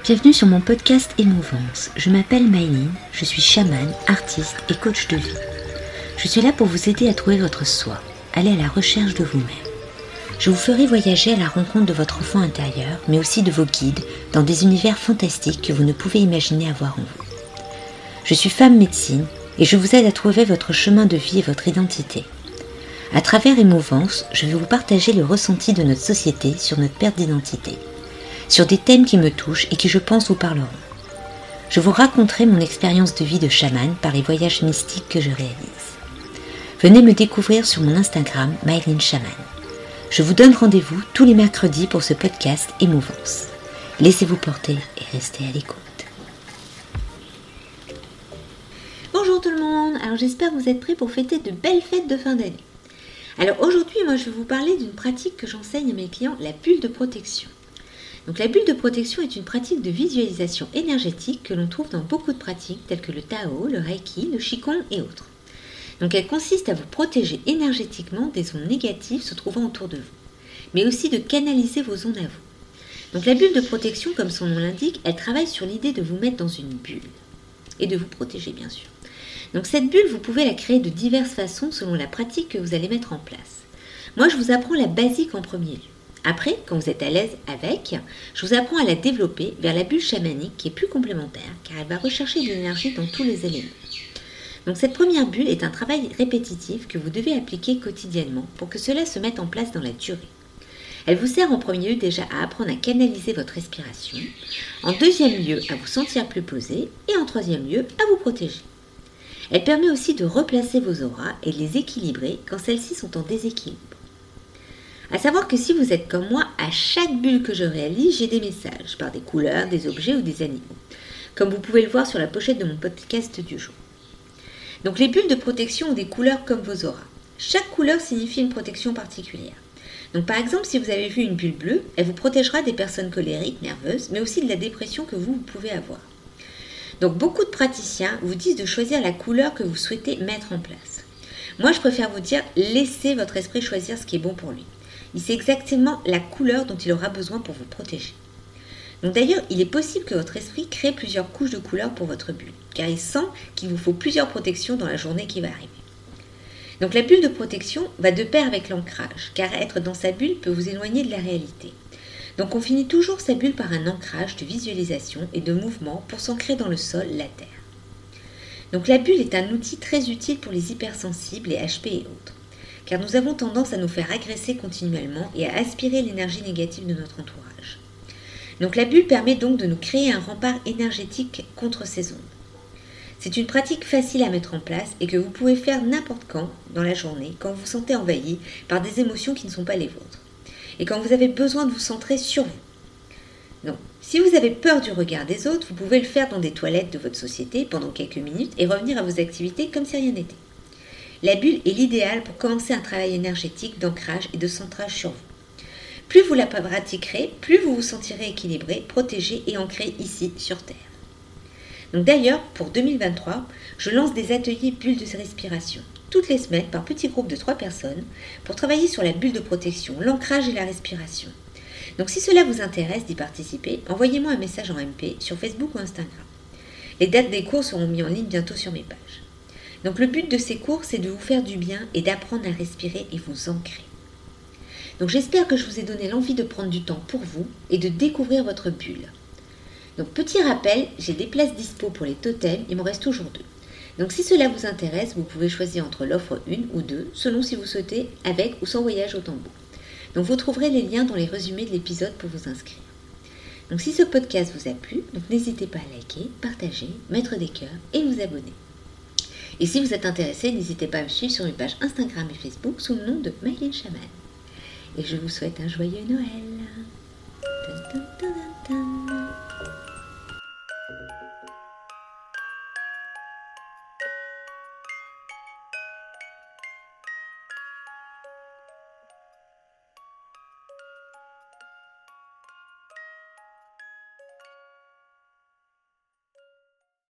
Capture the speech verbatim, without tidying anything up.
Bienvenue sur mon podcast Émouvance. Je m'appelle Maëline, je suis chamane, artiste et coach de vie. Je suis là pour vous aider à trouver votre soi, aller à la recherche de vous-même. Je vous ferai voyager à la rencontre de votre enfant intérieur, mais aussi de vos guides, dans des univers fantastiques que vous ne pouvez imaginer avoir en vous. Je suis femme médecine et je vous aide à trouver votre chemin de vie et votre identité. À travers Émouvance, je vais vous partager le ressenti de notre société sur notre perte d'identité, sur des thèmes qui me touchent et qui je pense vous parleront. Je vous raconterai mon expérience de vie de chamane par les voyages mystiques que je réalise. Venez me découvrir sur mon Instagram Maëline Chamane. Je vous donne rendez-vous tous les mercredis pour ce podcast Émouvance. Laissez-vous porter et restez à l'écoute. Bonjour tout le monde, alors j'espère que vous êtes prêts pour fêter de belles fêtes de fin d'année. Alors aujourd'hui, moi je vais vous parler d'une pratique que j'enseigne à mes clients, la bulle de protection. Donc la bulle de protection est une pratique de visualisation énergétique que l'on trouve dans beaucoup de pratiques telles que le Tao, le Reiki, le Qigong et autres. Donc elle consiste à vous protéger énergétiquement des ondes négatives se trouvant autour de vous, mais aussi de canaliser vos ondes à vous. Donc la bulle de protection, comme son nom l'indique, elle travaille sur l'idée de vous mettre dans une bulle et de vous protéger bien sûr. Donc cette bulle, vous pouvez la créer de diverses façons selon la pratique que vous allez mettre en place. Moi je vous apprends la basique en premier lieu. Après, quand vous êtes à l'aise avec, je vous apprends à la développer vers la bulle chamanique qui est plus complémentaire car elle va rechercher de l'énergie dans tous les éléments. Donc cette première bulle est un travail répétitif que vous devez appliquer quotidiennement pour que cela se mette en place dans la durée. Elle vous sert en premier lieu déjà à apprendre à canaliser votre respiration, en deuxième lieu à vous sentir plus posé et en troisième lieu à vous protéger. Elle permet aussi de replacer vos auras et de les équilibrer quand celles-ci sont en déséquilibre. À savoir que si vous êtes comme moi, à chaque bulle que je réalise, j'ai des messages par des couleurs, des objets ou des animaux, comme vous pouvez le voir sur la pochette de mon podcast du jour. Donc les bulles de protection ont des couleurs comme vos auras. Chaque couleur signifie une protection particulière. Donc par exemple, si vous avez vu une bulle bleue, elle vous protégera des personnes colériques, nerveuses, mais aussi de la dépression que vous, vous pouvez avoir. Donc beaucoup de praticiens vous disent de choisir la couleur que vous souhaitez mettre en place. Moi, je préfère vous dire, laissez votre esprit choisir ce qui est bon pour lui. Il sait exactement la couleur dont il aura besoin pour vous protéger. Donc d'ailleurs, il est possible que votre esprit crée plusieurs couches de couleurs pour votre bulle, car il sent qu'il vous faut plusieurs protections dans la journée qui va arriver. Donc la bulle de protection va de pair avec l'ancrage, car être dans sa bulle peut vous éloigner de la réalité. Donc on finit toujours sa bulle par un ancrage de visualisation et de mouvement pour s'ancrer dans le sol, la terre. Donc la bulle est un outil très utile pour les hypersensibles, les H P et autres, car nous avons tendance à nous faire agresser continuellement et à aspirer l'énergie négative de notre entourage. Donc la bulle permet donc de nous créer un rempart énergétique contre ces ondes. C'est une pratique facile à mettre en place et que vous pouvez faire n'importe quand dans la journée, quand vous vous sentez envahi par des émotions qui ne sont pas les vôtres, et quand vous avez besoin de vous centrer sur vous. Donc, si vous avez peur du regard des autres, vous pouvez le faire dans des toilettes de votre société pendant quelques minutes et revenir à vos activités comme si rien n'était. La bulle est l'idéal pour commencer un travail énergétique d'ancrage et de centrage sur vous. Plus vous la pratiquerez, plus vous vous sentirez équilibré, protégé et ancré ici sur Terre. Donc d'ailleurs, pour deux mille vingt-trois, je lance des ateliers bulles de respiration, toutes les semaines par petits groupes de trois personnes, pour travailler sur la bulle de protection, l'ancrage et la respiration. Donc si cela vous intéresse d'y participer, envoyez-moi un message en M P sur Facebook ou Instagram. Les dates des cours seront mises en ligne bientôt sur mes pages. Donc le but de ces cours, c'est de vous faire du bien et d'apprendre à respirer et vous ancrer. Donc j'espère que je vous ai donné l'envie de prendre du temps pour vous et de découvrir votre bulle. Donc petit rappel, j'ai des places dispo pour les totems, il m'en reste toujours deux. Donc si cela vous intéresse, vous pouvez choisir entre l'offre une ou deux, selon si vous souhaitez avec ou sans voyage au tambour. Donc vous trouverez les liens dans les résumés de l'épisode pour vous inscrire. Donc si ce podcast vous a plu, donc n'hésitez pas à liker, partager, mettre des cœurs et vous abonner. Et si vous êtes intéressé, n'hésitez pas à me suivre sur mes pages Instagram et Facebook sous le nom de Maëline Chamane. Et je vous souhaite un joyeux Noël. Dun, dun, dun, dun.